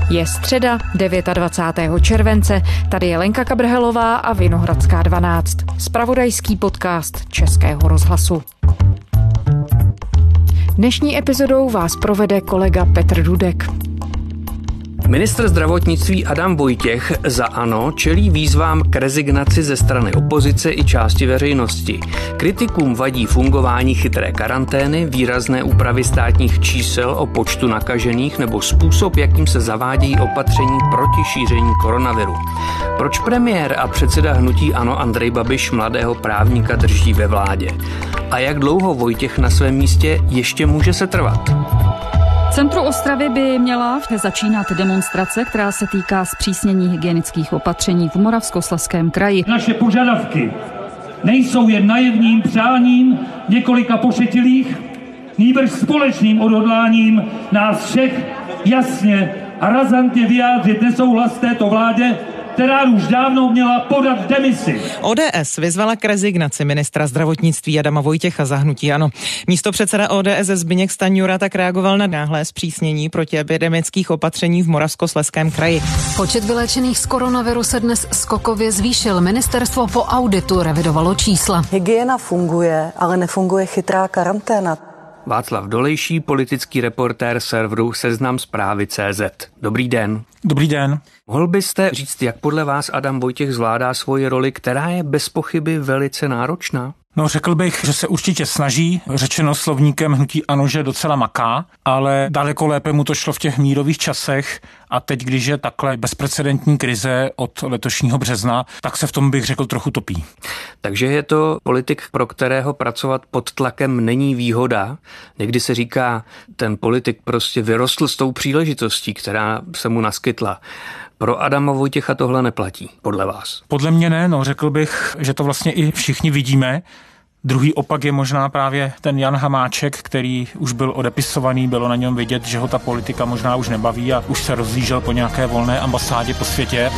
Je středa 29. července, tady je Lenka Kabrhelová a Vinohradská 12, zpravodajský podcast Českého rozhlasu. Dnešní epizodou vás provede kolega Petr Dudek. Ministr zdravotnictví Adam Vojtěch za ANO čelí výzvám k rezignaci ze strany opozice i části veřejnosti. Kritikům vadí fungování chytré karantény, výrazné úpravy státních čísel o počtu nakažených nebo způsob, jakým se zavádějí opatření proti šíření koronaviru. Proč premiér a předseda hnutí ANO Andrej Babiš mladého právníka drží ve vládě? A jak dlouho Vojtěch na svém místě ještě může setrvat? V centru Ostravy by měla začínat demonstrace, která se týká zpřísnění hygienických opatření v Moravskoslezském kraji. Naše požadavky nejsou jen naivním přáním několika pošetilých, nýbrž společným odhodláním nás všech jasně a razantně vyjádřit nesouhlas této vládě, která už dávno měla podat demisi. ODS vyzvala k rezignaci ministra zdravotnictví Adama Vojtěcha za hnutí ANO. Místopředseda ODS Zbyněk Stanjura tak reagoval na náhlé zpřísnění protiepidemických opatření v Moravskoslezském kraji. Počet vyléčených z koronaviru se dnes skokově zvýšil. Ministerstvo po auditu revidovalo čísla. Hygiena funguje, ale nefunguje chytrá karanténa. Václav Dolejší, politický reportér serveru Seznam Zprávy.cz. Dobrý den. Dobrý den. Mohl byste říct, jak podle vás Adam Vojtěch zvládá svoji roli, která je bez pochyby velice náročná? No, řekl bych, že se určitě snaží, řečeno slovníkem hnutí ANO, že docela maká, ale daleko lépe mu to šlo v těch mírových časech a teď, když je takhle bezprecedentní krize od letošního března, tak se v tom, bych řekl, trochu topí. Takže je to politik, pro kterého pracovat pod tlakem není výhoda. Někdy se říká, ten politik prostě vyrostl s tou příležitostí, která se mu naskytla. Pro Adama Vojtěcha tohle neplatí, podle vás? Podle mě ne, řekl bych, že to vlastně i všichni vidíme. Druhý opak je možná právě ten Jan Hamáček, který už byl odepisovaný, bylo na něm vidět, že ho ta politika možná už nebaví a už se rozlížel po nějaké volné ambasádě po světě.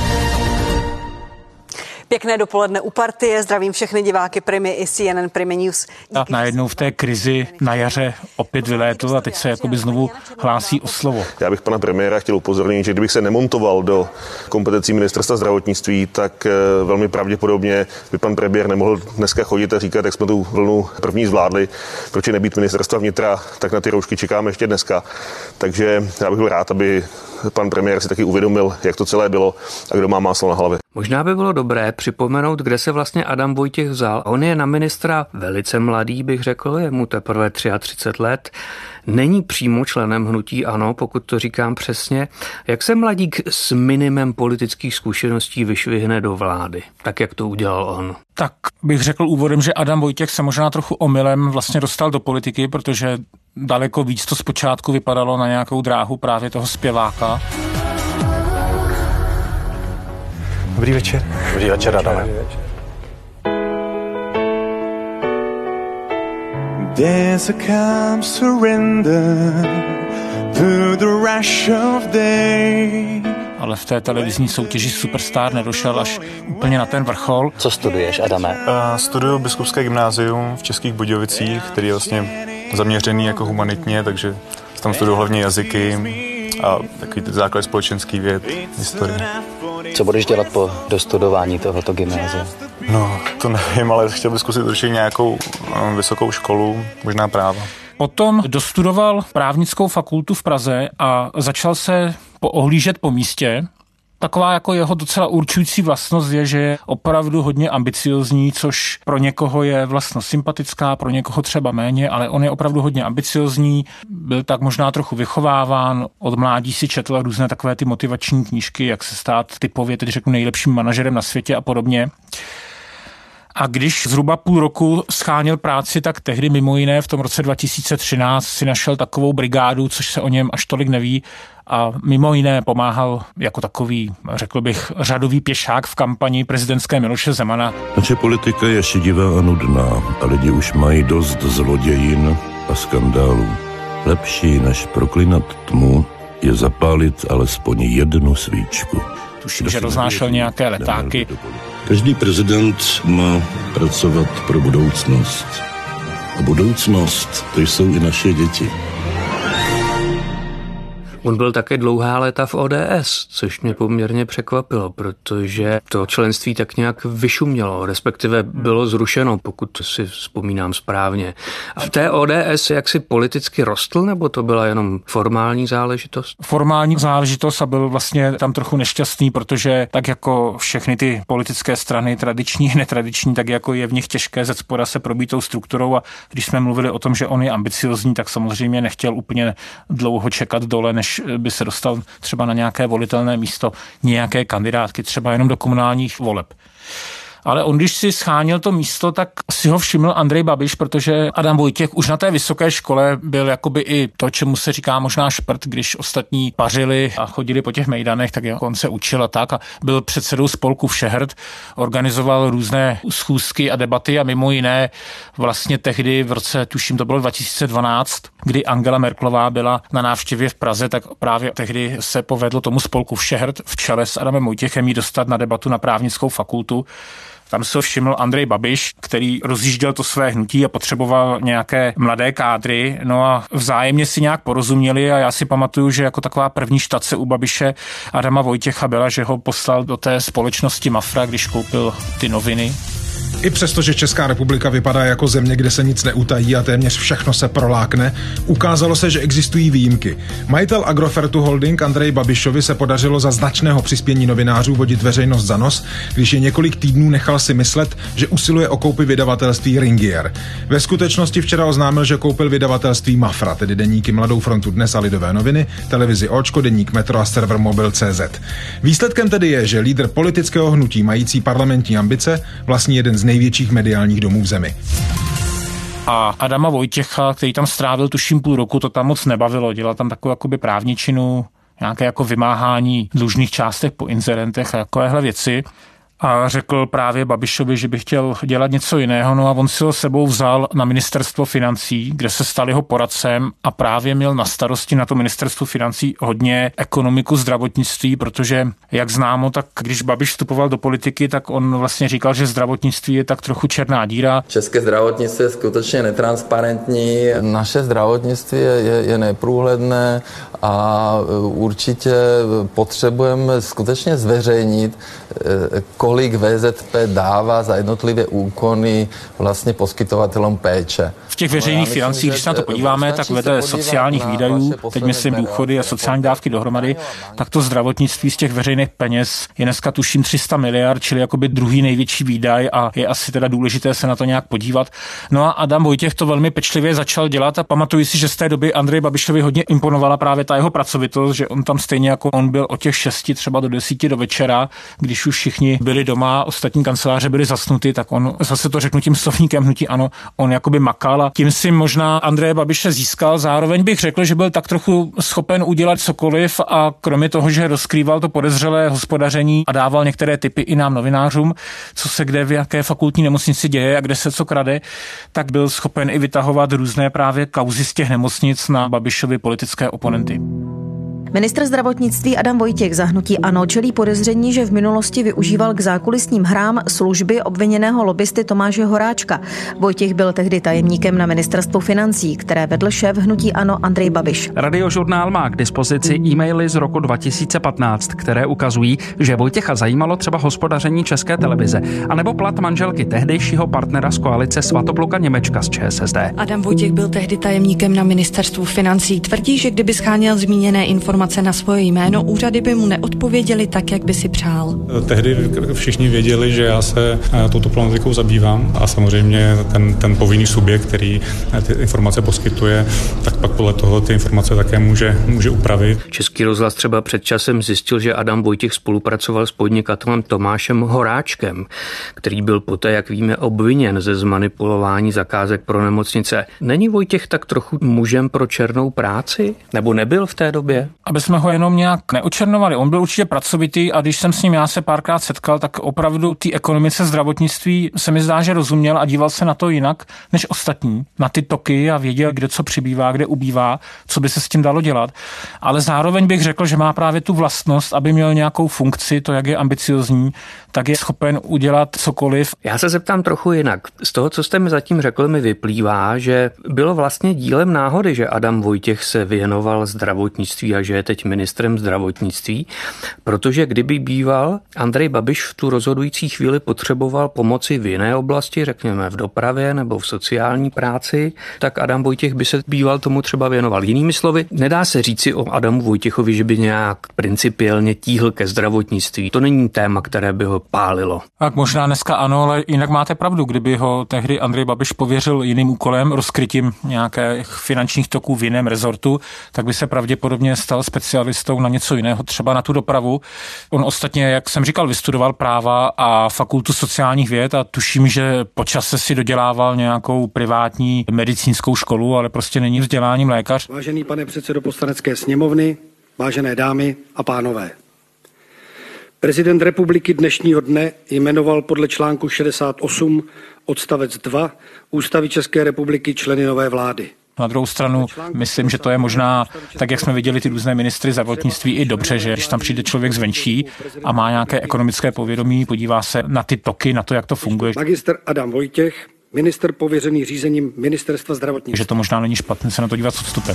Pěkné dopoledne u Partie, zdravím všechny diváky Primy i CNN Primy News. A najednou v té krizi na jaře opět vylétl a teď se jakoby znovu hlásí o slovo. Já bych pana premiéra chtěl upozornit, že kdybych se nemontoval do kompetencí ministerstva zdravotnictví, tak velmi pravděpodobně by pan premiér nemohl dneska chodit a říkat, jak jsme tu vlnu první zvládli, proč je nebýt ministerstva vnitra, tak na ty roušky čekáme ještě dneska. Takže já bych byl rád, aby pan premiér si taky uvědomil, jak to celé bylo a kdo má máslo na hlavě. Možná by bylo dobré připomenout, kde se vlastně Adam Vojtěch vzal. On je na ministra velice mladý, bych řekl, je mu teprve 33 let. Není přímo členem hnutí ANO, pokud to říkám přesně. Jak se mladík s minimem politických zkušeností vyšvihne do vlády, tak jak to udělal on? Tak bych řekl úvodem, že Adam Vojtěch se možná trochu omylem vlastně dostal do politiky, protože daleko víc to zpočátku vypadalo na nějakou dráhu právě toho zpěváka. Dobrý večer. Dobrý večer, Adame. There's a calm surrender through the rush of day. Ale v té televizní soutěži Superstar nedošel až úplně na ten vrchol. Co studuješ, Adame? Studuju Biskupské gymnázium v Českých Budějovicích, který je vlastně zaměřený jako humanitně, takže tam studuju hlavně jazyky a takový základ společenský věd, historie. Co budeš dělat po dostudování tohoto gymnázia? No, to nevím, ale chtěl bych zkusit určitě nějakou vysokou školu, možná práva. Potom dostudoval právnickou fakultu v Praze a začal se poohlížet po místě. Taková jako jeho docela určující vlastnost je, že je opravdu hodně ambiciozní, což pro někoho je vlastnost sympatická, pro někoho třeba méně, ale on je opravdu hodně ambiciozní, byl tak možná trochu vychováván, od mládí si četl různé takové ty motivační knížky, jak se stát typově, teď řeknu, nejlepším manažerem na světě a podobně. A když zhruba půl roku scháněl práci, tak tehdy mimo jiné v tom roce 2013 si našel takovou brigádu, což se o něm až tolik neví, a mimo jiné pomáhal jako takový, řekl bych, řadový pěšák v kampani prezidentské Miloše Zemana. Naše politika je šedivá a nudná a lidi už mají dost zlodějin a skandálů. Lepší než proklinat tmu je zapálit alespoň jednu svíčku. Tuším, že roznášel nějaké letáky. Každý prezident má pracovat pro budoucnost. A budoucnost, to jsou i naše děti. On byl také dlouhá léta v ODS, což mě poměrně překvapilo, protože to členství tak nějak vyšumělo, respektive bylo zrušeno, pokud si vzpomínám správně. A v té ODS jaksi politicky rostl, nebo to byla jenom formální záležitost? Formální záležitost a byl vlastně tam trochu nešťastný, protože tak jako všechny ty politické strany, tradiční i netradiční, tak jako je v nich těžké ze spoda se probít tou strukturou a když jsme mluvili o tom, že on je ambiciozní, tak samozřejmě nechtěl úplně dlouho čekat dole, než by se dostal třeba na nějaké volitelné místo nějaké kandidátky, třeba jenom do komunálních voleb. Ale on, když si scháněl to místo, tak si ho všiml Andrej Babiš, protože Adam Vojtěch už na té vysoké škole byl jakoby i to, čemu se říká možná šprt, když ostatní pařili a chodili po těch mejdanech, tak on se učil a tak a byl předsedou spolku Všehrd, organizoval různé schůzky a debaty a mimo jiné vlastně tehdy v roce, tuším, to bylo 2012, kdy Angela Merkelová byla na návštěvě v Praze, tak právě tehdy se povedlo tomu spolku Všehrd v čele s Adamem Vojtěchem jí dostat na debatu na právnickou fakultu. Tam se ho všiml Andrej Babiš, který rozjížděl to své hnutí a potřeboval nějaké mladé kádry, no a vzájemně si nějak porozuměli a já si pamatuju, že jako taková první štace u Babiše Adama Vojtěcha byla, že ho poslal do té společnosti Mafra, když koupil ty noviny. I přesto, že Česká republika vypadá jako země, kde se nic neutají a téměř všechno se prolákne, ukázalo se, že existují výjimky. Majitel Agrofertu Holding Andreji Babišovi se podařilo za značného přispění novinářů vodit veřejnost za nos, když je několik týdnů nechal si myslet, že usiluje o koupi vydavatelství Ringier. Ve skutečnosti včera oznámil, že koupil vydavatelství Mafra, tedy deníky Mladou frontu Dnes a Lidové noviny, televizi Očko, deník Metro a server Mobil.cz. Výsledkem tedy je, že lídr politického hnutí mající parlamentní ambice vlastní jeden z největších mediálních domů v zemi. A Adama Vojtěcha, který tam strávil tuším půl roku, to tam moc nebavilo. Dělal tam takovou jakoby právničinu, nějaké jako vymáhání dlužných částech po inzerentech a takovéhle věci. A řekl právě Babišovi, že by chtěl dělat něco jiného, no a on si ho sebou vzal na ministerstvo financí, kde se stal jeho poradcem a právě měl na starosti na to ministerstvo financí hodně ekonomiku, zdravotnictví, protože jak známo, tak když Babiš vstupoval do politiky, tak on vlastně říkal, že zdravotnictví je tak trochu černá díra. České zdravotnictví je skutečně netransparentní, naše zdravotnictví je neprůhledné a určitě potřebujeme skutečně zveřejnit, kolik VZP dává za jednotlivé úkony vlastně poskytovatelům péče. V těch veřejných financích, když se na to podíváme, tak vedle sociálních výdajů, teď myslím důchody a sociální dávky dohromady, tak to zdravotnictví z těch veřejných peněz je dneska tuším 300 miliard, čili jakoby druhý největší výdaj a je asi teda důležité se na to nějak podívat. No a Adam Vojtěch to velmi pečlivě začal dělat a pamatuju si, že z té doby Andreji Babišovi hodně imponovala právě ta jeho pracovitost, že on tam stejně jako on byl od těch 6 třeba do 10 do večera, když už všichni byli doma, ostatní kanceláře byly zasnuty, tak on, zase to řeknu tím slovníkem hnutí ANO, on jakoby makal a tím si možná Andreje Babiše získal. Zároveň bych řekl, že byl tak trochu schopen udělat cokoliv a kromě toho, že rozkrýval to podezřelé hospodaření a dával některé tipy i nám novinářům, co se kde v jaké fakultní nemocnici děje a kde se co krade, tak byl schopen i vytahovat různé právě kauzy z těch nemocnic na Babišovi politické oponenty. Ministr zdravotnictví Adam Vojtěch za hnutí ANO čelí podezření, že v minulosti využíval k zákulisním hrám služby obviněného lobbysty Tomáše Horáčka. Vojtěch byl tehdy tajemníkem na ministerstvu financí, které vedl šéf hnutí ANO Andrej Babiš. Radiožurnál má k dispozici e-maily z roku 2015, které ukazují, že Vojtěcha zajímalo třeba hospodaření České televize, anebo plat manželky tehdejšího partnera z koalice Svatopluka Němečka z ČSSD. Adam Vojtěch byl tehdy tajemníkem na ministerstvu financí. Tvrdí, že kdyby scháněl zmíněné informace na svoje jméno, úřady by mu neodpověděly tak, jak by si přál. Tehdy všichni věděli, že já se touto problematikou zabývám a samozřejmě ten povinný subjekt, který ty informace poskytuje, tak pak podle toho ty informace také může upravit. Český rozhlas třeba před časem zjistil, že Adam Vojtěch spolupracoval s podnikatelem Tomášem Horáčkem, který byl poté, jak víme, obviněn ze zmanipulování zakázek pro nemocnice. Není Vojtěch tak trochu mužem pro černou práci? Nebo nebyl v té době? Aby jsme ho jenom nějak neočernovali. On byl určitě pracovitý a když jsem s ním já se párkrát setkal, tak opravdu té ekonomice zdravotnictví se mi zdá, že rozuměl a díval se na to jinak než ostatní. Na ty toky a věděl, kde co přibývá, kde ubývá, co by se s tím dalo dělat. Ale zároveň bych řekl, že má právě tu vlastnost, aby měl nějakou funkci, to jak je ambiciozní, tak je schopen udělat cokoliv. Já se zeptám trochu jinak. Z toho, co jste mi zatím řekl, mi vyplývá, že bylo vlastně dílem náhody, že Adam Vojtěch se věnoval zdravotnictví a že je teď ministrem zdravotnictví, protože kdyby býval Andrej Babiš v tu rozhodující chvíli potřeboval pomoci v jiné oblasti, řekněme v dopravě nebo v sociální práci, tak Adam Vojtěch by se býval tomu třeba věnoval. Jinými slovy, nedá se říci o Adamu Vojtěchovi, že by nějak principiálně tíhl ke zdravotnictví. To není téma, které by ho pálilo. Tak možná dneska ano, ale jinak máte pravdu, kdyby ho tehdy Andrej Babiš pověřil jiným úkolem, rozkrytím nějakých finančních toků v jiném rezortu, tak by se pravděpodobně stal specialistou na něco jiného, třeba na tu dopravu. On ostatně, jak jsem říkal, vystudoval práva a fakultu sociálních věd a tuším, že po čase si dodělával nějakou privátní medicínskou školu, ale prostě není vzděláním lékař. Vážený pane předsedo Poslanecké sněmovny, vážené dámy a pánové. Prezident republiky dnešního dne jmenoval podle článku 68 odstavec 2 Ústavy České republiky členy nové vlády. Na druhou stranu, myslím, že to je možná, tak jak jsme viděli ty různé ministry zdravotnictví, i dobře, že když tam přijde člověk zvenčí a má nějaké ekonomické povědomí, podívá se na ty toky, na to, jak to funguje. Magister Adam Vojtěch, minister pověřený řízením ministerstva zdravotnictví. Že to možná není špatné se na to dívat s odstupem.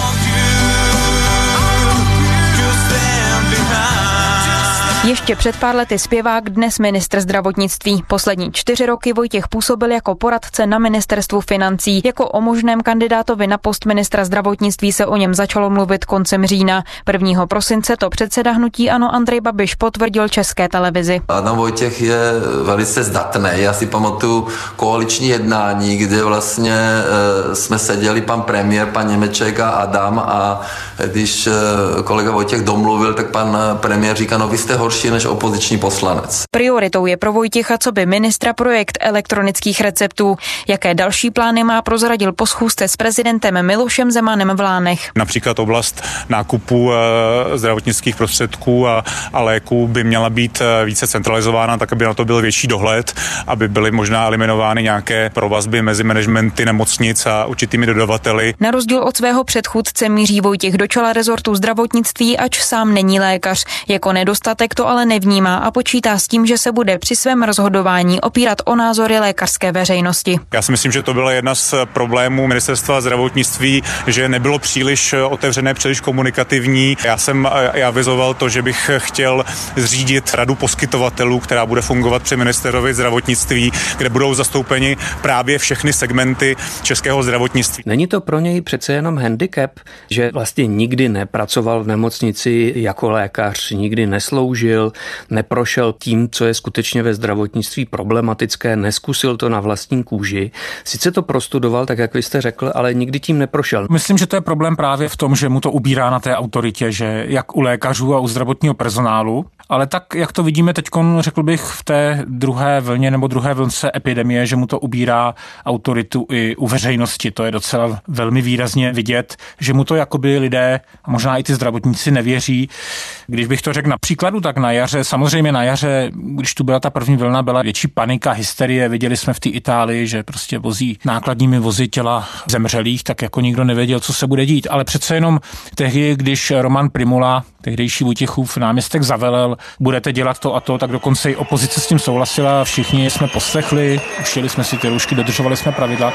Ještě před pár lety zpěvák, dnes ministr zdravotnictví. Poslední 4 roky Vojtěch působil jako poradce na ministerstvu financí. Jako o možném kandidátovi na post ministra zdravotnictví se o něm začalo mluvit koncem října. 1. prosince to předseda hnutí ANO Andrej Babiš potvrdil České televizi. Adam Vojtěch je velice zdatný. Já si pamatuju koaliční jednání, kde vlastně jsme seděli pan premiér, pan Němeček a Adam a když kolega Vojtěch domluvil, tak pan premiér říká, no vy jste horší než opoziční poslanec. Prioritou je pro Vojtěcha coby ministra projekt elektronických receptů. Jaké další plány má, prozradil po schůzce s prezidentem Milošem Zemanem v Lánech. Například oblast nákupu zdravotnických prostředků a léků by měla být více centralizována, tak aby na to byl větší dohled, aby byly možná eliminovány nějaké provazby mezi managementy nemocnic a určitými dodavateli. Na rozdíl od svého předchůdce míří Vojtěch do čela rezortu zdravotnictví, ač sám není lékař. Jako nedostatek to ale nevnímá a počítá s tím, že se bude při svém rozhodování opírat o názory lékařské veřejnosti. Já si myslím, že to byla jedna z problémů ministerstva zdravotnictví, že nebylo příliš otevřené, příliš komunikativní. Já jsem avizoval to, že bych chtěl zřídit radu poskytovatelů, která bude fungovat při ministerstvu zdravotnictví, kde budou zastoupeni právě všechny segmenty českého zdravotnictví. Není to pro něj přece jenom handicap, že vlastně nikdy nepracoval v nemocnici jako lékař, nikdy nesloužil, neprošel tím, co je skutečně ve zdravotnictví problematické, neskusil to na vlastní kůži. Sice to prostudoval, tak jak vy jste řekl, ale nikdy tím neprošel. Myslím, že to je problém právě v tom, že mu to ubírá na té autoritě, že jak u lékařů a u zdravotního personálu, ale tak, jak to vidíme teď, řekl bych, v té druhé vlně nebo druhé vlnce epidemie, že mu to ubírá autoritu i u veřejnosti. To je docela velmi výrazně vidět, že mu to jakoby lidé, a možná i ty zdravotníci nevěří. Když bych to řekl na příkladu, tak na jaře, samozřejmě na jaře, když tu byla ta první vlna, byla větší panika, hysterie. Viděli jsme v té Itálii, že prostě vozí nákladními vozy těla zemřelých, tak jako nikdo nevěděl, co se bude dít. Ale přece jenom tehdy, když Roman Primula, tehdejší Vojtěchův náměstek, zavelel, budete dělat to a to, tak dokonce i opozice s tím souhlasila, všichni jsme poslechli, ušili jsme si ty roušky, dodržovali jsme pravidla.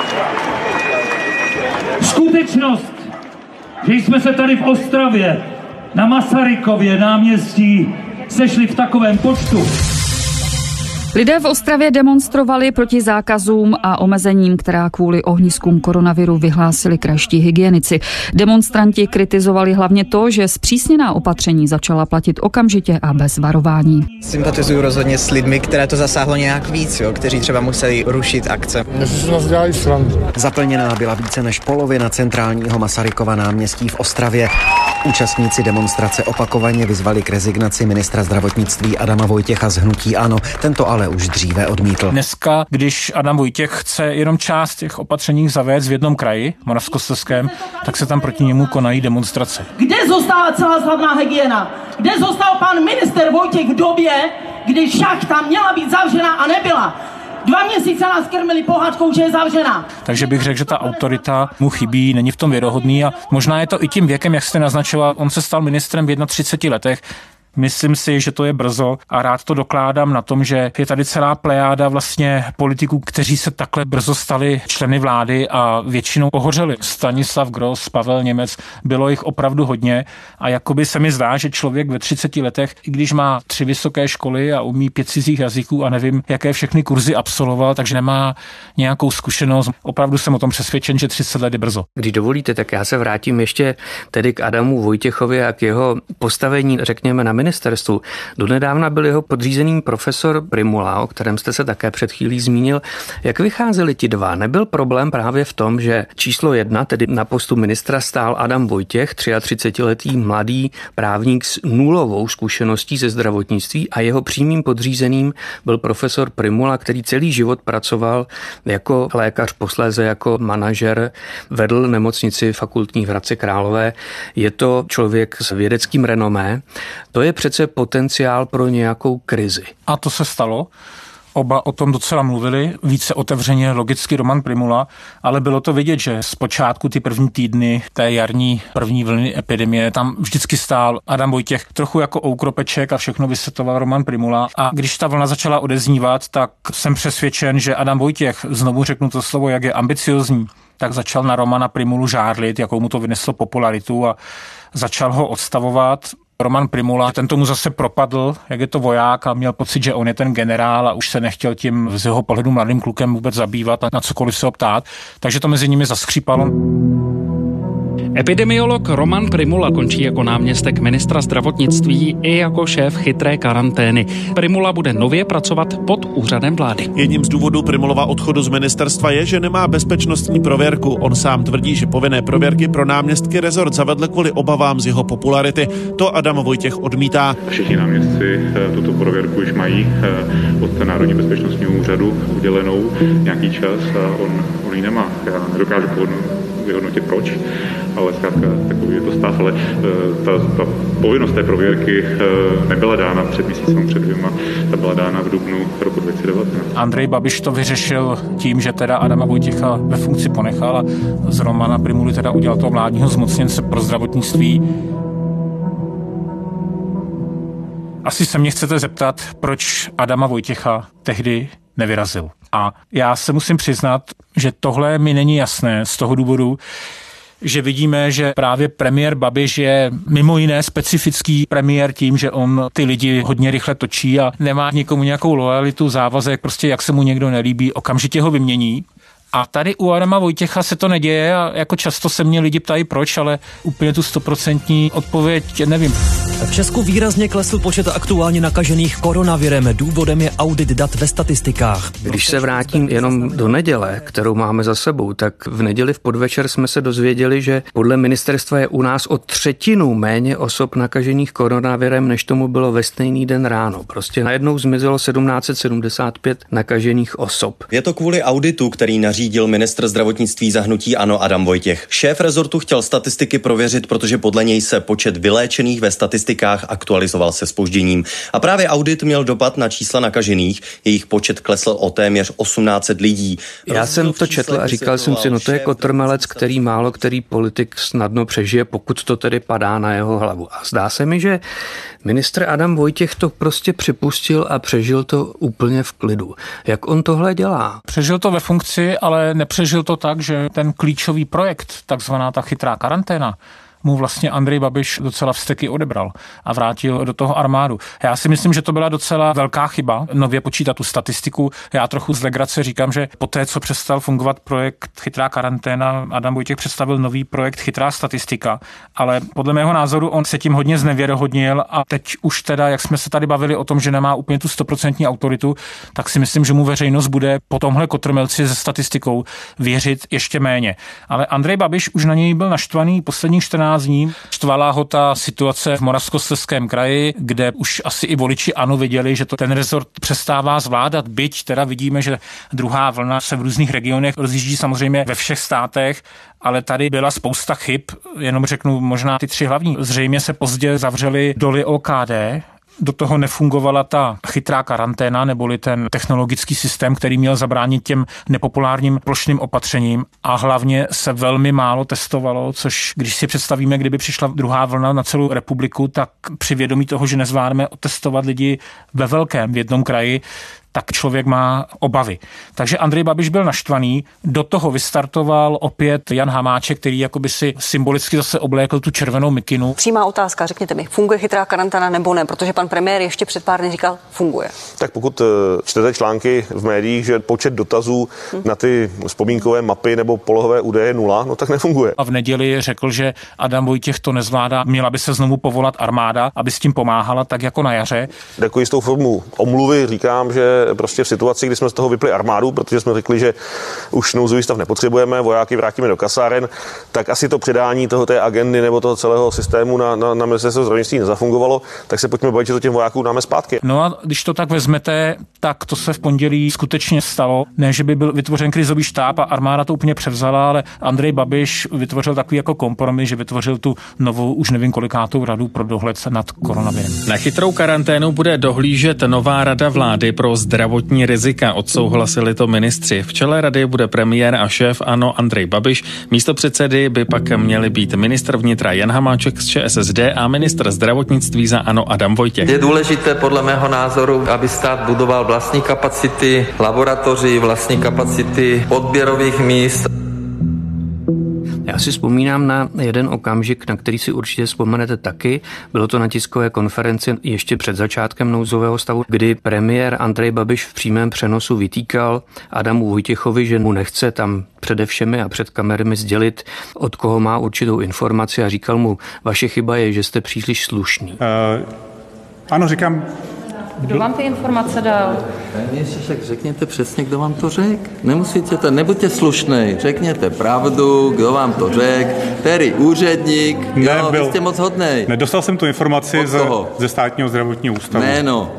Skutečnost, že jsme se tady v Ostravě na Masarykově náměstí sešli v takovém počtu. Lidé v Ostravě demonstrovali proti zákazům a omezením, která kvůli ohniskům koronaviru vyhlásili krajští hygienici. Demonstranti kritizovali hlavně to, že zpřísněná opatření začala platit okamžitě a bez varování. Sympatizuju rozhodně s lidmi, které to zasáhlo nějak víc, kteří třeba museli rušit akce. Zaplněná byla více než polovina centrálního Masarykova náměstí v Ostravě. Účastníci demonstrace opakovaně vyzvali k rezignaci ministra zdravotnictví Adama Vojtěcha z hnutí ANO. Tento ale už dříve odmítl. Dneska, když Adam Vojtěch chce jenom část těch opatření zavést v jednom kraji, Moravskoslezském, tak se tam proti němu konají demonstrace. Kde zůstala celá slavná hygiena? Kde zůstal pan minister Vojtěch v době, kdy šachta měla být zavřena a nebyla? 2 měsíce nás krmili pohádkou, že je zavřena. Takže bych řekl, že ta autorita mu chybí, není v tom věrohodný a možná je to i tím věkem, jak jste naznačoval, on se stal ministrem v 31 letech. Myslím si, že to je brzo a rád to dokládám na tom, že je tady celá plejáda vlastně politiků, kteří se takhle brzo stali členy vlády a většinou pohořeli. Stanislav Gross, Pavel Němec, bylo jich opravdu hodně a jakoby se mi zdá, že člověk ve 30 letech, i když má 3 vysoké školy a umí 5 cizích jazyků a nevím, jaké všechny kurzy absolvoval, takže nemá nějakou zkušenost. Opravdu jsem o tom přesvědčen, že 30 let je brzo. Když dovolíte, tak já se vrátím ještě tedy k Adamu Vojtěchovi a k jeho postavení, řekněme, na ministerstvu. Donedávna byl jeho podřízeným profesor Prymula, o kterém jste se také před chvílí zmínil. Jak vycházeli ti dva? Nebyl problém právě v tom, že číslo 1, tedy na postu ministra, stál Adam Vojtěch, 33letý mladý právník s nulovou zkušeností ze zdravotnictví a jeho přímým podřízeným byl profesor Prymula, který celý život pracoval jako lékař, posléze jako manažer, vedl nemocnici fakultní v Hradci Králové. Je to člověk s vědeckým renomé. To je přece potenciál pro nějakou krizi. A to se stalo. Oba o tom docela mluvili, více otevřeně logicky Roman Prymula, ale bylo to vidět, že zpočátku ty první týdny té jarní první vlny epidemie tam vždycky stál Adam Vojtěch trochu jako oukropeček a všechno vysvětloval Roman Prymula. A když ta vlna začala odeznívat, tak jsem přesvědčen, že Adam Vojtěch, znovu řeknu to slovo, jak je ambiciozní, tak začal na Romana Prymulu žárlit, jakou mu to vyneslo popularitu a začal ho odstavovat. Roman Prymula, ten tomu zase propadl, jak je to voják a měl pocit, že on je ten generál a už se nechtěl tím z jeho pohledu mladým klukem vůbec zabývat a na cokoliv se ho ptát, takže to mezi nimi zaskřípalo. Epidemiolog Roman Prymula končí jako náměstek ministra zdravotnictví i jako šéf chytré karantény. Prymula bude nově pracovat pod úřadem vlády. Jedním z důvodů Prymulova odchodu z ministerstva je, že nemá bezpečnostní prověrku. On sám tvrdí, že povinné prověrky pro náměstky rezort zavedl kvůli obavám z jeho popularity. To Adam Vojtěch odmítá. Všichni náměstci tuto prověrku už mají od Národního bezpečnostního úřadu udělenou nějaký čas a on ji nemá. Já nedokážu vyhodnotit proč, ale zkrátka takový je to stav, ale ta povinnost té prověrky nebyla dána před měsícem, před 2, ta byla dána v dubnu roku 2019. Andrej Babiš to vyřešil tím, že teda Adama Vojtěcha ve funkci ponechal a z Romana Prymuly teda udělal toho vládního zmocněnce pro zdravotnictví. Asi se mě chcete zeptat, proč Adama Vojtěcha tehdy nevyrazil. A já se musím přiznat, že tohle mi není jasné z toho důvodu, že vidíme, že právě premiér Babiš je mimo jiné specifický premiér tím, že on ty lidi hodně rychle točí a nemá nikomu nějakou lojalitu, závazek, prostě jak se mu někdo nelíbí, okamžitě ho vymění. A tady u Adama Vojtěcha se to neděje a jako často se mě lidi ptají proč, ale úplně tu 100% odpověď nevím. V Česku výrazně klesl počet aktuálně nakažených koronavirem. Důvodem je audit dat ve statistikách. Když se vrátím jenom do neděle, kterou máme za sebou, tak v neděli v podvečer jsme se dozvěděli, že podle ministerstva je u nás o 1/3 méně osob nakažených koronavirem, než tomu bylo ve stejný den ráno. Prostě najednou zmizelo 1775 nakažených osob. Je to kvůli auditu, který nařídil ministr zdravotnictví za hnutí ANO Adam Vojtěch. Šéf rezortu chtěl statistiky prověřit, protože podle něj se počet vyléčených ve statistikách aktualizoval se zpožděním. A právě audit měl dopad na čísla nakažených. Jejich počet klesl o téměř 1800 lidí. Já jsem to četl a říkal jsem si, no to je kotrmelec, který málo který politik snadno přežije, pokud to tedy padá na jeho hlavu. A zdá se mi, že ministr Adam Vojtěch to prostě připustil a přežil to úplně v klidu. Jak on tohle dělá? Přežil to ve funkci, ale nepřežil to tak, že ten klíčový projekt, takzvaná ta chytrá karanténa, mu vlastně Andrej Babiš docela vzteky odebral a vrátil do toho armádu. Já si myslím, že to byla docela velká chyba nově počítat tu statistiku. Já trochu z legrace říkám, že poté, co přestal fungovat projekt Chytrá karanténa, Adam Vojtěch představil nový projekt Chytrá statistika, ale podle mého názoru on se tím hodně znevěrohodnil a teď už teda, jak jsme se tady bavili o tom, že nemá úplně tu 100% autoritu, tak si myslím, že mu veřejnost bude po tomhle kotrmelci se statistikou věřit ještě méně. Ale Andrej Babiš už na něj byl naštvaný posledních 14 dní. Štvala ho ta situace v Moravskoslezském kraji, kde už asi i voliči ANO viděli, že to ten rezort přestává zvládat, byť teda vidíme, že druhá vlna se v různých regionech rozjíždí samozřejmě ve všech státech, ale tady byla spousta chyb, jenom řeknu možná ty 3 hlavní. Zřejmě se pozdě zavřely doly OKD, do toho nefungovala ta chytrá karanténa neboli ten technologický systém, který měl zabránit těm nepopulárním plošným opatřením a hlavně se velmi málo testovalo, což když si představíme, kdyby přišla druhá vlna na celou republiku, tak při vědomí toho, že nezvládneme otestovat lidi ve velkém v jednom kraji, tak člověk má obavy. Takže Andrej Babiš byl naštvaný, do toho vystartoval opět Jan Hamáček, který jakoby si symbolicky zase oblékl tu červenou mikinu. Přímá otázka, řekněte mi, funguje chytrá karanténa nebo ne, protože pan premiér ještě před pár dny říkal, funguje. Tak pokud čtete články v médiích, že počet dotazů na ty vzpomínkové mapy nebo polohové údaje je 0, no tak nefunguje. A v neděli řekl, že Adam Vojtěch to nezvládá, měla by se znovu povolat armáda, aby s tím pomáhala, tak jako na jaře. Jako jistou formu omluvy říkám, že prostě v situaci, kdy jsme z toho vypli armádu, protože jsme řekli, že už nouzový stav nepotřebujeme, vojáky vrátíme do kasáren, tak asi to předání toho té agendy nebo toho celého systému na ministerstvo zdravotnictví nezafungovalo, tak se pojďme bavit, že to těm vojákům dáme zpátky. No a když to tak vezmete, tak to se v pondělí skutečně stalo. Ne, že by byl vytvořen krizový štáb a armáda to úplně převzala, ale Andrej Babiš vytvořil takový jako kompromis, že vytvořil tu novou, už nevím kolikátou radu pro dohled nad koronavirem. Na chytrou karanténu bude dohlížet nová rada vlády pro zdravotní rizika, odsouhlasili to ministři. V čele rady bude premiér a šéf ANO Andrej Babiš, místopředsedy by pak měli být ministr vnitra Jan Hamáček z ČSSD a ministr zdravotnictví za ANO Adam Vojtěch. Je důležité podle mého názoru, aby stát budoval vlastní kapacity laboratoří, vlastní kapacity odběrových míst. Já si vzpomínám na jeden okamžik, na který si určitě vzpomenete taky. Bylo to na tiskové konferenci ještě před začátkem nouzového stavu, kdy premiér Andrej Babiš v přímém přenosu vytýkal Adamu Vojtěchovi, že mu nechce tam přede všemi a před kamerami sdělit, od koho má určitou informaci a říkal mu, vaše chyba je, že jste příliš slušný. Ano, říkám. Kdo vám ty informace dal? Ježíšek, řekněte přesně, kdo vám to řekl. Nemusíte to, nebuďte slušnej, řekněte pravdu, kdo vám to řekl, který úředník, vy jste moc hodnej. Nedostal jsem tu informaci ze státního zdravotního ústavu. Jméno.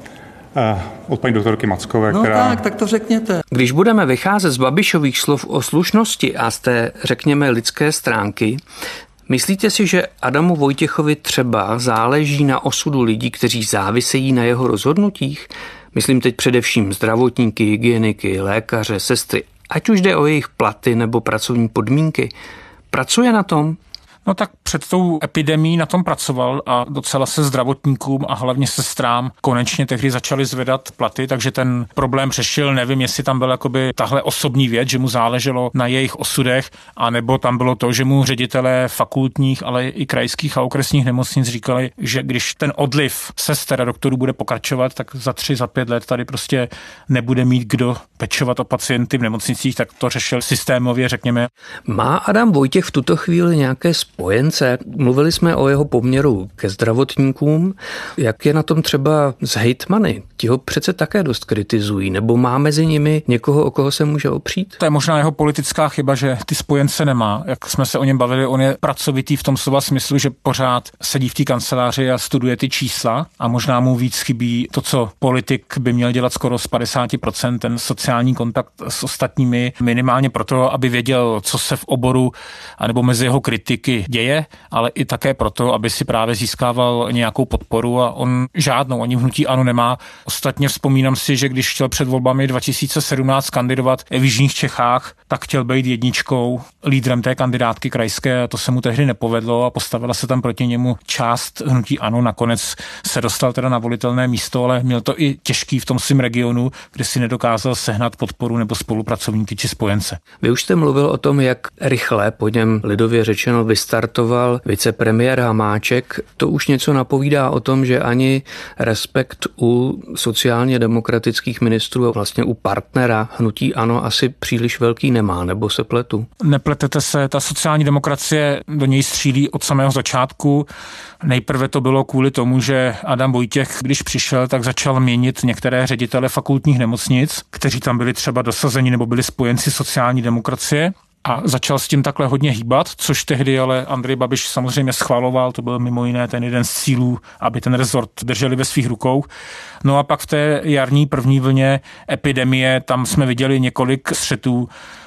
Od paní doktorky Mackové, no která... tak to řekněte. Když budeme vycházet z Babišových slov o slušnosti a z té, řekněme, lidské stránky, myslíte si, že Adamu Vojtěchovi třeba záleží na osudu lidí, kteří závisejí na jeho rozhodnutích? Myslím teď především zdravotníky, hygieniky, lékaře, sestry, ať už jde o jejich platy nebo pracovní podmínky. Pracuje na tom? No tak před tou epidemií na tom pracoval a docela se zdravotníkům a hlavně sestrám konečně tehdy začali zvedat platy, takže ten problém řešil. Nevím, jestli tam byl jakoby tahle osobní věc, že mu záleželo na jejich osudech, anebo tam bylo to, že mu ředitelé fakultních, ale i krajských a okresních nemocnic říkali, že když ten odliv sester a doktorů bude pokračovat, tak za 3, za 5 let tady prostě nebude mít kdo pečovat o pacienty v nemocnicích, tak to řešil systémově, řekněme. Má Adam Vojtěch v tuto chvíli nějaké spojence? Mluvili jsme o jeho poměru ke zdravotníkům. Jak je na tom třeba s hejtmany? Ti ho přece také dost kritizují, nebo má mezi nimi někoho, o koho se může opřít? To je možná jeho politická chyba, že ty spojence nemá. Jak jsme se o něm bavili, on je pracovitý v tom slova smyslu, že pořád sedí v té kanceláři a studuje ty čísla a možná mu víc chybí to, co politik by měl dělat skoro z 50%, ten sociální kontakt s ostatními, minimálně proto, aby věděl, co se v oboru anebo mezi jeho kritiky děje, ale i také proto, aby si právě získával nějakou podporu a on žádnou ani v hnutí ANO nemá. Ostatně vzpomínám si, že když chtěl před volbami 2017 kandidovat v jižních Čechách, tak chtěl být jedničkou, lídrem té kandidátky krajské a to se mu tehdy nepovedlo a postavila se tam proti němu část hnutí ANO. Nakonec se dostal teda na volitelné místo, ale měl to i těžký v tom svém regionu, kde si nedokázal sehnat podporu nebo spolupracovníky či spojence. Vy už jste mluvil o tom, jak rychle po něm lidově řečeno vystartoval vicepremiér Hamáček. To už něco napovídá o tom, že ani respekt u sociálně demokratických ministrů a vlastně u partnera hnutí ANO asi příliš velký nemá, nebo se pletu? Nepletete se, ta sociální demokracie do něj střílí od samého začátku. Nejprve to bylo kvůli tomu, že Adam Vojtěch, když přišel, tak začal měnit některé ředitele fakultních nemocnic, kteří tam byli třeba dosazeni nebo byli spojenci sociální demokracie. A začal s tím takhle hodně hýbat, což tehdy ale Andrej Babiš samozřejmě schvaloval, to byl mimo jiné ten jeden z cílů, aby ten rezort drželi ve svých rukou. No a pak v té jarní první vlně epidemie, tam jsme viděli několik střetů.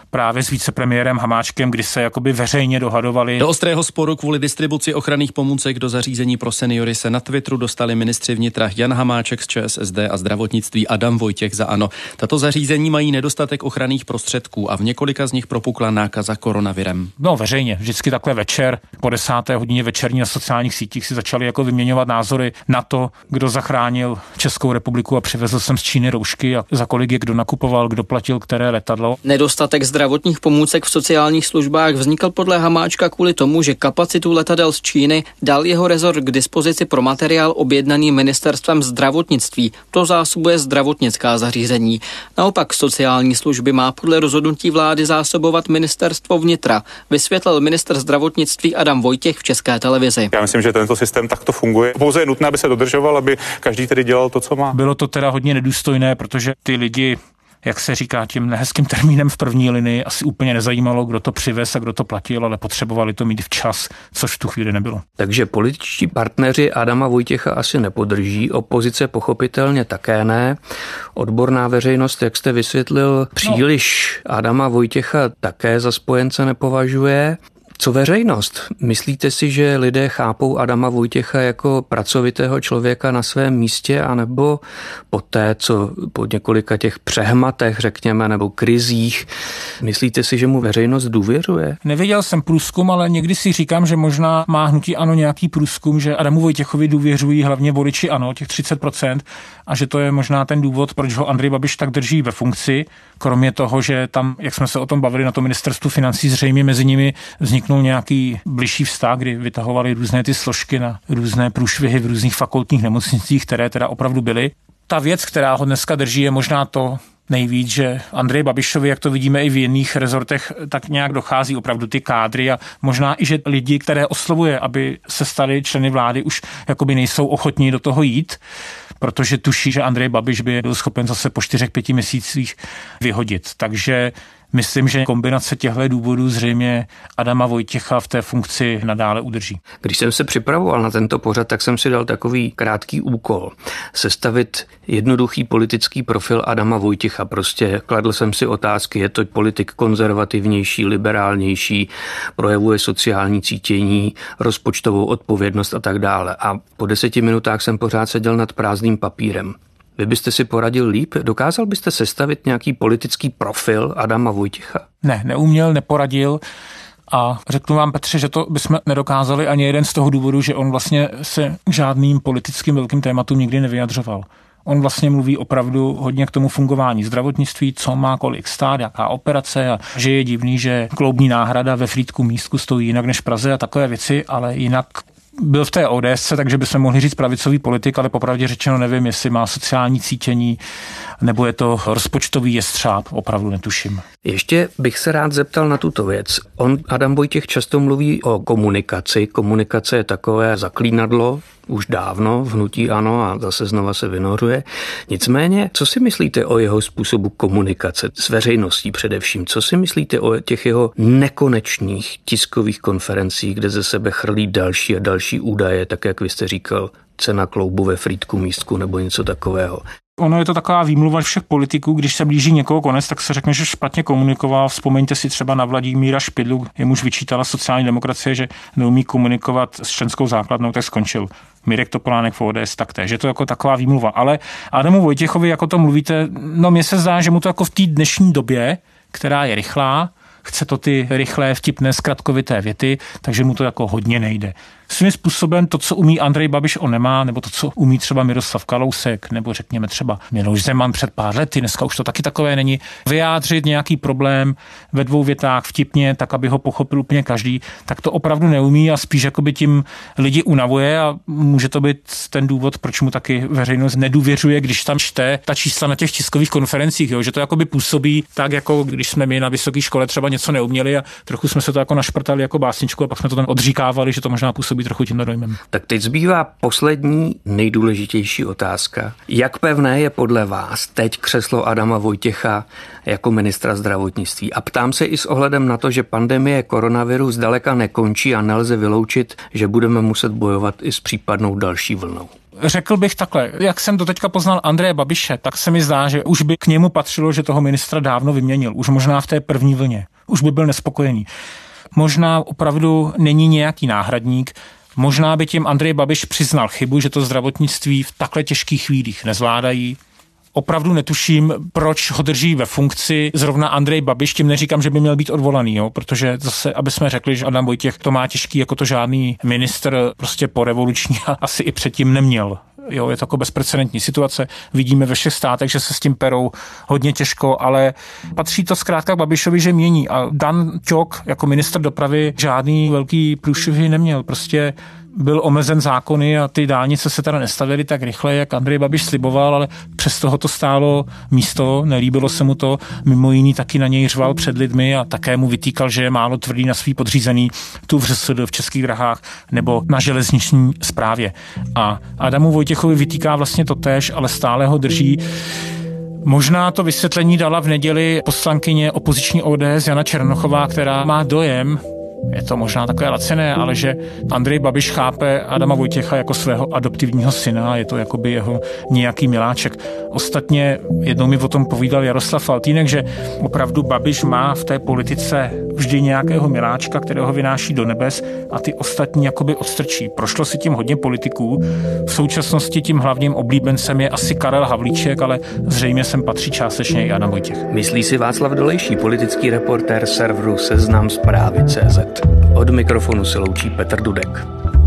právě s vicepremiérem Hamáčkem, kdy se jakoby veřejně dohadovali. Do ostrého sporu kvůli distribuci ochranných pomůcek do zařízení pro seniory se na Twitteru dostali ministři vnitra Jan Hamáček z ČSSD a zdravotnictví Adam Vojtěch za ANO. Tato zařízení mají nedostatek ochranných prostředků a v několika z nich propukla nákaza koronavirem. No veřejně, vždycky takhle večer, po 10. hodině večerní na sociálních sítích si začali jako vyměňovat názory na to, kdo zachránil Českou republiku a přivezl sem z Číny roušky a za kolik je kdo nakupoval, kdo platil které letadlo. Nedostatek zdravotních pomůcek v sociálních službách vznikl podle Hamáčka kvůli tomu, že kapacitu letadel z Číny dal jeho rezort k dispozici pro materiál objednaný ministerstvem zdravotnictví. To zásobuje zdravotnická zařízení. Naopak sociální služby má podle rozhodnutí vlády zásobovat ministerstvo vnitra, vysvětlil ministr zdravotnictví Adam Vojtěch v České televizi. Já myslím, že tento systém takto funguje. Pouze je nutné, aby se dodržoval, aby každý tedy dělal to, co má. Bylo to teda hodně nedůstojné, protože ty lidi, jak se říká tím nehezkým termínem v první linii, asi úplně nezajímalo, kdo to přivez a kdo to platil, ale potřebovali to mít včas, což v tu chvíli nebylo. Takže političtí partneři Adama Vojtěcha asi nepodrží, opozice pochopitelně také ne. Odborná veřejnost, jak jste vysvětlil, příliš Adama Vojtěcha také za spojence nepovažuje. Co veřejnost? Myslíte si, že lidé chápou Adama Vojtěcha jako pracovitého člověka na svém místě, anebo po té, co po několika těch přehmatech, řekněme, nebo krizích, myslíte si, že mu veřejnost důvěřuje? Neviděl jsem průzkum, ale někdy si říkám, že možná má hnutí ANO nějaký průzkum, že Adamu Vojtěchovi důvěřují hlavně voliči ANO, těch 30%, a že to je možná ten důvod, proč ho Andrej Babiš tak drží ve funkci, kromě toho, že tam, jak jsme se o tom bavili na tom ministerstvu financí, zřejmě mezi nimi vzniknul nějaký bližší vztah, kdy vytahovali různé ty složky na různé průšvihy v různých fakultních nemocnicích, které teda opravdu byly. Ta věc, která ho dneska drží, je možná to nejvíc, že Andrej Babišovi, jak to vidíme i v jiných rezortech, tak nějak dochází opravdu ty kádry a možná i, že lidi, které oslovuje, aby se stali členy vlády, už jakoby nejsou ochotní do toho jít, protože tuší, že Andrej Babiš by je byl schopen zase po 4-5 měsících vyhodit. Takže myslím, že kombinace těchto důvodů zřejmě Adama Vojtěcha v té funkci nadále udrží. Když jsem se připravoval na tento pořad, tak jsem si dal takový krátký úkol. Sestavit jednoduchý politický profil Adama Vojtěcha. Prostě kladl jsem si otázky, je to politik konzervativnější, liberálnější, projevuje sociální cítění, rozpočtovou odpovědnost a tak dále. A po 10 minutách jsem pořád seděl nad prázdným papírem. Vy byste si poradil líp? Dokázal byste sestavit nějaký politický profil Adama Vojtěcha? Ne, neuměl, neporadil. A řeknu vám, Petře, že to bychom nedokázali ani jeden z toho důvodu, že on vlastně se k žádným politickým velkým tématům nikdy nevyjadřoval. On vlastně mluví opravdu hodně k tomu fungování zdravotnictví, co má kolik stát, jaká operace a že je divný, že kloubní náhrada ve Frýdku Místku stojí jinak než v Praze a takové věci, ale jinak byl v té ODS, takže bychom mohli říct pravicový politik, ale popravdě řečeno nevím, jestli má sociální cítění, nebo je to rozpočtový jestřáb, opravdu netuším. Ještě bych se rád zeptal na tuto věc. Adam Vojtěch často mluví o komunikaci. Komunikace je takové zaklínadlo, už dávno v hnutí ANO a zase znova se vynořuje. Nicméně, co si myslíte o jeho způsobu komunikace s veřejností především? Co si myslíte o těch jeho nekonečných tiskových konferencích, kde ze sebe chrlí další a další údaje, tak jak vy jste říkal, cena kloubu ve Frýdku Místku nebo něco takového? Ono je to taková výmluva všech politiků, když se blíží někoho konec, tak se řekne, že špatně komunikoval. Vzpomeňte si třeba na Vladimíra Špidlu, jemuž vyčítala sociální demokracie, že neumí komunikovat s členskou základnou, tak skončil. Mirek Topolánek v ODS taktéž. Je to jako taková výmluva. Ale Adamu Vojtěchovi, jako to mluvíte, no mně se zdá, že mu to jako v té dnešní době, která je rychlá, chce to ty rychlé, vtipné, zkratkovité věty, takže mu to jako hodně nejde. Svým způsobem to, co umí Andrej Babiš, on nemá, nebo to, co umí třeba Miroslav Kalousek, nebo řekněme třeba Miloš Zeman před pár lety, dneska už to taky takové není, vyjádřit nějaký problém ve 2 větách vtipně, tak aby ho pochopil úplně každý, tak to opravdu neumí a spíš jakoby tím lidi unavuje a může to být ten důvod, proč mu taky veřejnost nedůvěřuje, když tam čte ta čísla na těch tiskových konferencích, jo, že to jakoby působí tak, jako když jsme my na vysoké škole třeba něco neuměli a trochu jsme se to jako našprtali jako básničku a pak jsme to tam odříkávali, že to možná působí trochu tímhle dojmem. Tak teď zbývá poslední nejdůležitější otázka. Jak pevné je podle vás teď křeslo Adama Vojtěcha jako ministra zdravotnictví? A ptám se i s ohledem na to, že pandemie koronaviru zdaleka nekončí a nelze vyloučit, že budeme muset bojovat i s případnou další vlnou. Řekl bych takhle, jak jsem doteďka poznal Andreje Babiše, tak se mi zdá, že už by k němu patřilo, že toho ministra dávno vyměnil. Už možná v té první vlně. Už by byl nespokojený. Možná opravdu není nějaký náhradník. Možná by tím Andrej Babiš přiznal chybu, že to zdravotnictví v takhle těžkých chvílích nezvládají. Opravdu netuším, proč ho drží ve funkci zrovna Andrej Babiš, tím neříkám, že by měl být odvolaný, jo? Protože zase, aby jsme řekli, že Adam Vojtěch to má těžký, jako to žádný ministr prostě porevoluční a asi i předtím neměl. Jo, je to jako bezprecedentní situace. Vidíme ve všech státech, že se s tím perou hodně těžko, ale patří to zkrátka Babišovi, že mění. A Dan Ťok jako ministr dopravy žádný velký průšvih neměl. Prostě byl omezen zákony a ty dálnice se teda nestavěly tak rychle, jak Andrej Babiš sliboval, ale přesto ho to stálo místo, nelíbilo se mu to, mimo jiný taky na něj řval před lidmi a také mu vytýkal, že je málo tvrdý na svý podřízený tu v ŘSD v Českých drahách nebo na železniční správě. A Adamu Vojtěchovi vytýká vlastně to též, ale stále ho drží. Možná to vysvětlení dala v neděli poslankyně opoziční ODS Jana Černochová, která má dojem, je to možná takové laciné, ale že Andrej Babiš chápe Adama Vojtěcha jako svého adoptivního syna, je to jakoby jeho nějaký miláček. Ostatně jednou mi o tom povídal Jaroslav Faltýnek, že opravdu Babiš má v té politice vždy nějakého miláčka, kterého vynáší do nebes a ty ostatní jakoby odstrčí. Prošlo si tím hodně politiků. V současnosti tím hlavním oblíbencem je asi Karel Havlíček, ale zřejmě sem patří částečně i Adam Vojtěch. Myslí si Václav Dolejší, politický reportér serveru Seznam Zprávy.cz. Od mikrofonu se loučí Petr Dudek.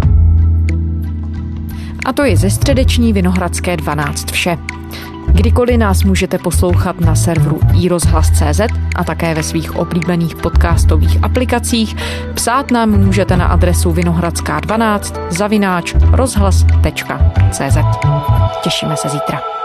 A to je ze středeční Vinohradské 12 vše. Kdykoliv nás můžete poslouchat na serveru iRozhlas.cz a také ve svých oblíbených podcastových aplikacích. Psát nám můžete na adresu vinohradská12 @rozhlas.cz. Těšíme se zítra.